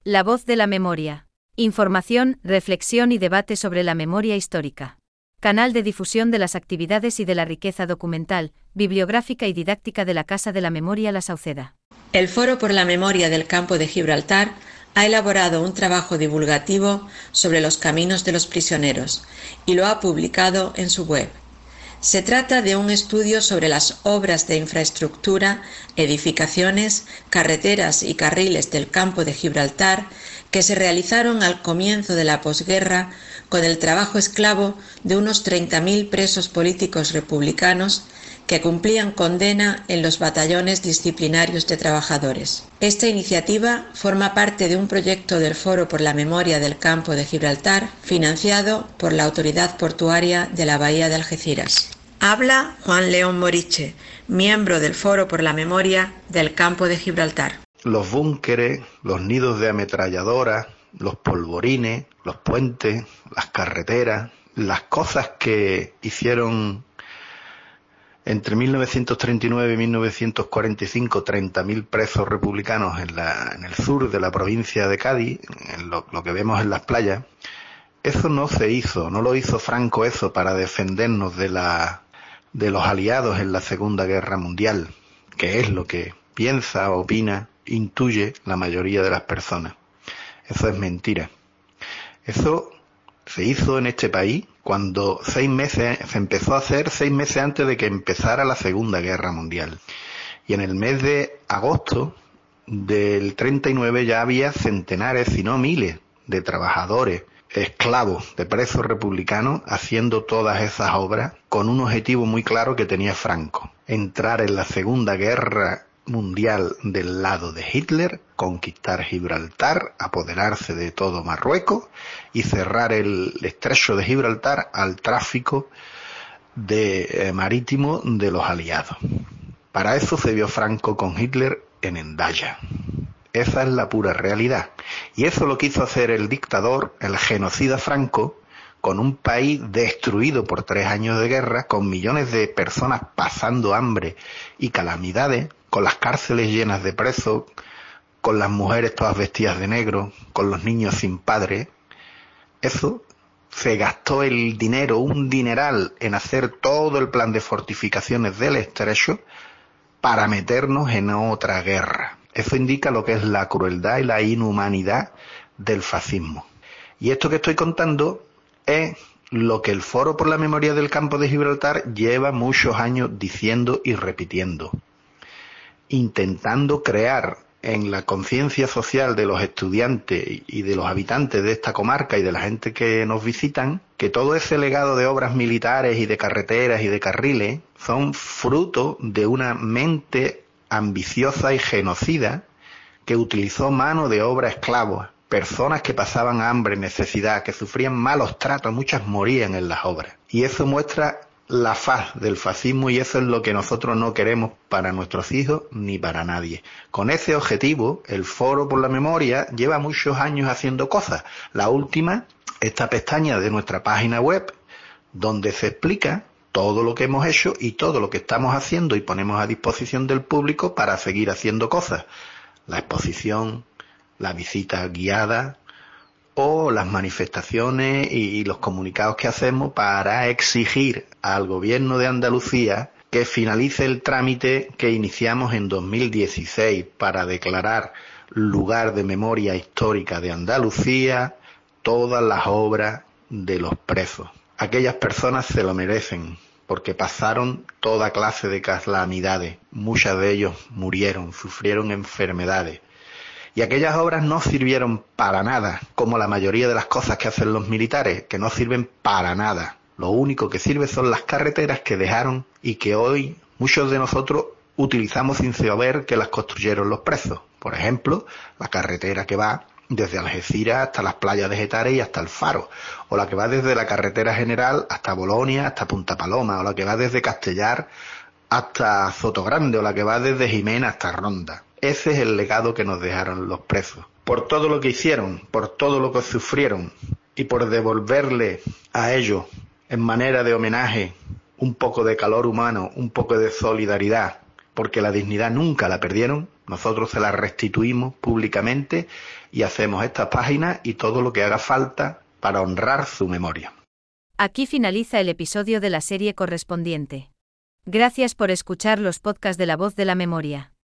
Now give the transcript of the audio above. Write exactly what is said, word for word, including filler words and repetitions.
La voz de la memoria. Información, reflexión y debate sobre la memoria histórica. Canal de difusión de las actividades y de la riqueza documental, bibliográfica y didáctica de la Casa de la Memoria La Sauceda. El Foro por la Memoria del Campo de Gibraltar ha elaborado un trabajo divulgativo sobre los caminos de los prisioneros y lo ha publicado en su web. Se trata de un estudio sobre las obras de infraestructura, edificaciones, carreteras y carriles del Campo de Gibraltar que se realizaron al comienzo de la posguerra con el trabajo esclavo de unos treinta mil presos políticos republicanos que cumplían condena en los batallones disciplinarios de trabajadores. Esta iniciativa forma parte de un proyecto del Foro por la Memoria del Campo de Gibraltar, financiado por la Autoridad Portuaria de la Bahía de Algeciras. Habla Juan León Moriche, miembro del Foro por la Memoria del Campo de Gibraltar. Los búnkeres, los nidos de ametralladoras, los polvorines, los puentes, las carreteras, las cosas que hicieron entre mil novecientos treinta y nueve y mil novecientos cuarenta y cinco treinta mil presos republicanos en, la, en el sur de la provincia de Cádiz, en lo, lo que vemos en las playas. Eso no se hizo, no lo hizo Franco eso para defendernos de, la, de los aliados en la Segunda Guerra Mundial, que es lo que piensa, opina, intuye la mayoría de las personas. Eso es mentira. Eso se hizo en este país cuando seis meses, se empezó a hacer seis meses antes de que empezara la Segunda Guerra Mundial. Y en el mes de agosto del treinta y nueve ya había centenares, si no miles, de trabajadores, esclavos, de presos republicanos haciendo todas esas obras con un objetivo muy claro que tenía Franco: entrar en la Segunda Guerra Mundial del lado de Hitler, conquistar Gibraltar, apoderarse de todo Marruecos y cerrar el estrecho de Gibraltar al tráfico de, eh, marítimo de los aliados. Para eso se vio Franco con Hitler en Hendaya. Esa es la pura realidad. Y eso lo quiso hacer el dictador, el genocida Franco, con un país destruido por tres años de guerra, con millones de personas pasando hambre y calamidades, con las cárceles llenas de presos, con las mujeres todas vestidas de negro, con los niños sin padre. Eso se gastó el dinero, un dineral, en hacer todo el plan de fortificaciones del estrecho para meternos en otra guerra. Eso indica lo que es la crueldad y la inhumanidad del fascismo. Y esto que estoy contando es lo que el Foro por la Memoria del Campo de Gibraltar lleva muchos años diciendo y repitiendo, intentando crear en la conciencia social de los estudiantes y de los habitantes de esta comarca y de la gente que nos visitan, que todo ese legado de obras militares y de carreteras y de carriles son fruto de una mente ambiciosa y genocida que utilizó mano de obra esclavos, personas que pasaban hambre, necesidad, que sufrían malos tratos, muchas morían en las obras. Y eso muestra la faz del fascismo, y eso es lo que nosotros no queremos para nuestros hijos ni para nadie. Con ese objetivo, el Foro por la Memoria lleva muchos años haciendo cosas. La última, esta pestaña de nuestra página web, donde se explica todo lo que hemos hecho y todo lo que estamos haciendo y ponemos a disposición del público para seguir haciendo cosas. La exposición, la visita guiada o las manifestaciones y los comunicados que hacemos para exigir al gobierno de Andalucía que finalice el trámite que iniciamos en dos mil dieciséis para declarar lugar de memoria histórica de Andalucía todas las obras de los presos. Aquellas personas se lo merecen porque pasaron toda clase de calamidades, muchos de ellos murieron, sufrieron enfermedades. Y aquellas obras no sirvieron para nada, como la mayoría de las cosas que hacen los militares, que no sirven para nada. Lo único que sirve son las carreteras que dejaron y que hoy muchos de nosotros utilizamos sin saber que las construyeron los presos. Por ejemplo, la carretera que va desde Algeciras hasta las playas de Getares y hasta el Faro, o la que va desde la carretera general hasta Bolonia, hasta Punta Paloma, o la que va desde Castellar hasta Sotogrande, o la que va desde Jimena hasta Ronda. Ese es el legado que nos dejaron los presos. Por todo lo que hicieron, por todo lo que sufrieron y por devolverle a ellos, en manera de homenaje, un poco de calor humano, un poco de solidaridad, porque la dignidad nunca la perdieron, Nosotros se la restituimos públicamente y hacemos estas páginas y todo lo que haga falta para honrar su memoria. Aquí finaliza el episodio de la serie correspondiente. Gracias por escuchar los podcasts de La Voz de la Memoria.